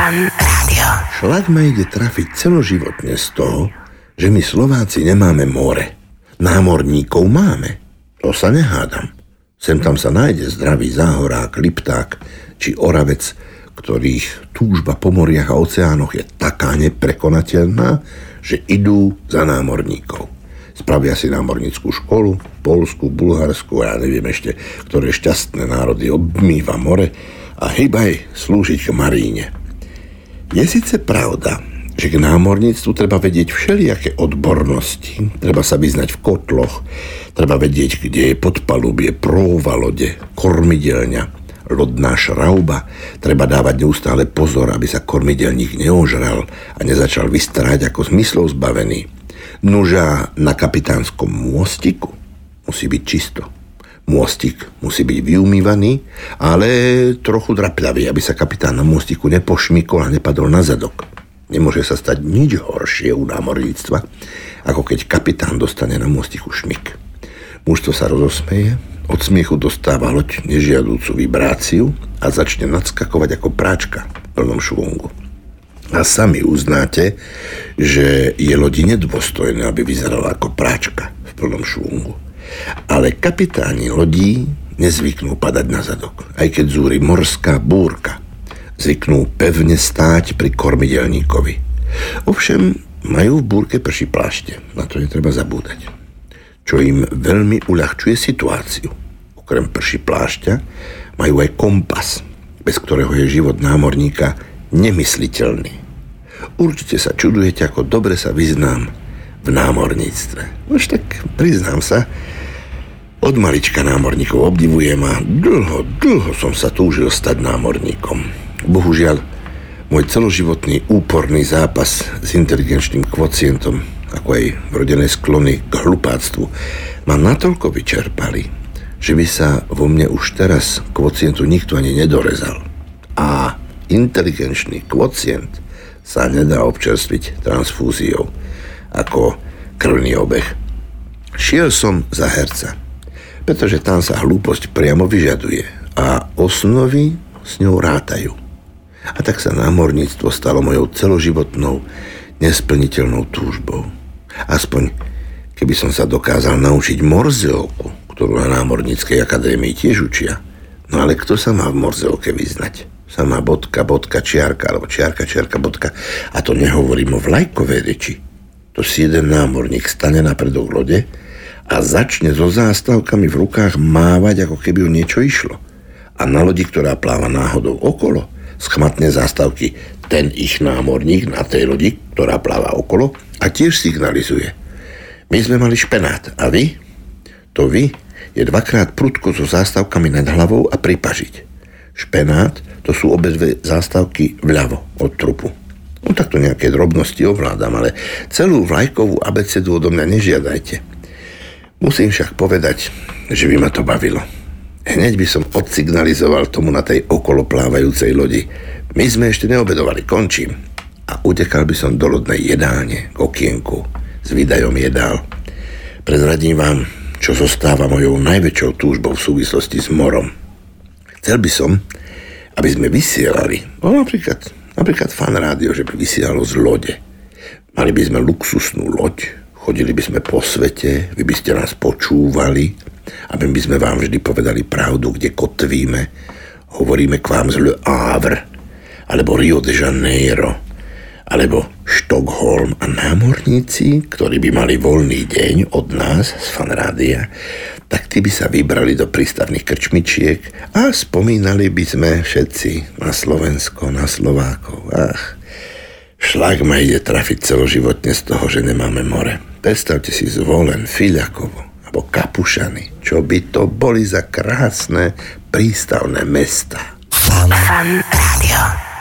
Fan Rádio. Šlak ma ide trafiť celoživotne z toho, že my Slováci nemáme more. Námorníkov máme. To sa nehádam. Sem tam sa nájde zdravý záhorák, lipták či oravec, ktorých túžba po moriach a oceánoch je taká neprekonateľná, že idú za námorníkov. Spravia si námornícku školu, Poľsku, Bulharsku a ja neviem ešte, ktoré šťastné národy obmýva more a hýbaj slúžiť k maríne. Je síce pravda, že k námorníctvu treba vedieť všelijaké odbornosti, treba sa vyznať v kotloch, treba vedieť, kde je podpalubie, próva lode, kormidelňa, lodná šrauba, treba dávať neustále pozor, aby sa kormidelník neožral a nezačal vystrať ako zmyslov zbavený. Nuža na kapitánskom môstiku musí byť čisto. Môstik musí byť vyumývaný, ale trochu drapľavý, aby sa kapitán na môstiku nepošmykol a nepadol na zadok. Nemôže sa stať nič horšie u námorníctva, ako keď kapitán dostane na môstiku šmyk. Mužstvo sa rozosmeje, od smiechu dostáva loď nežiadúcu vibráciu a začne nadskakovať ako práčka v plnom švungu. A sami uznáte, že je lodi nedôstojné, aby vyzerala ako práčka v plnom švungu. Ale kapitáni lodí nezvyknú padať na zadok, aj keď zúri morská búrka. Zvyknú pevne stáť pri kormidelníkovi. Ovšem majú v búrke prší plášte, na to netreba zabúdať. Čo im veľmi uľahčuje situáciu. Okrem prší plášťa majú aj kompas, bez ktorého je život námorníka nemysliteľný. Určite sa čudujete, ako dobre sa vyznám v námorníctve. Už tak priznám sa, od malička námorníkov obdivujem a dlho som sa túžil stať námorníkom. Bohužiaľ, môj celoživotný úporný zápas s inteligenčným kvocientom, ako aj vrodené sklony k hlupáctvu, ma natoľko vyčerpali, že by sa vo mne už teraz kvocientu nikto ani nedorezal. A inteligenčný kvocient sa nedá občerstviť transfúziou ako krvný obeh. Šiel som za herca, pretože tam sa hlúposť priamo vyžaduje a osnovy s ňou rátajú. A tak sa námorníctvo stalo mojou celoživotnou nesplniteľnou túžbou. Aspoň keby som sa dokázal naučiť morzeovku, ktorú na námorníckej akadémii tiež učia. No ale kto sa má v morzeovke vyznať? Samá bodka, bodka, čiarka, alebo čiarka, čiarka, bodka. A to nehovorím o vlajkovej reči. To si jeden námorník stane na predok lode a začne so zástavkami v rukách mávať, ako keby o niečo išlo. A na lodi, ktorá pláva náhodou okolo, schmatne zástavky ten ich námorník na tej lodi, ktorá pláva okolo a tiež signalizuje. My sme mali špenát a vy? To vy je dvakrát prudko so zástavkami nad hlavou a pripažiť. Špenát to sú obe dve zástavky vľavo od trupu. No takto nejaké drobnosti ovládam, ale celú vlajkovú abecedu odo mňa nežiadajte. Musím však povedať, že by ma to bavilo. Hneď by som odsignalizoval tomu na tej okolo plávajúcej lodi. My sme ešte neobedovali, končím. A utekal by som do lodnej jedálne k okienku s výdajom jedál. Prezradím vám, čo zostáva mojou najväčšou túžbou v súvislosti s morom. Chcel by som, aby sme vysielali, napríklad Fan Rádio, že by vysielalo z lode. Mali by sme luxusnú loď, chodili by sme po svete, vy by ste nás počúvali, aby by sme vám vždy povedali pravdu, kde kotvíme. Hovoríme k vám z Le Havre, alebo Rio de Janeiro, alebo Štokholm a námorníci, ktorí by mali voľný deň od nás z Fan Rádia, tak tí by sa vybrali do prístavných krčmičiek a spomínali by sme všetci na Slovensko, na Slovákov. Šlak ma ide trafiť celoživotne z toho, že nemáme more. Predstavte si Zvolen, Fiľakovo alebo Kapušany, čo by to boli za krásne prístavné mestá. Fan Rádio.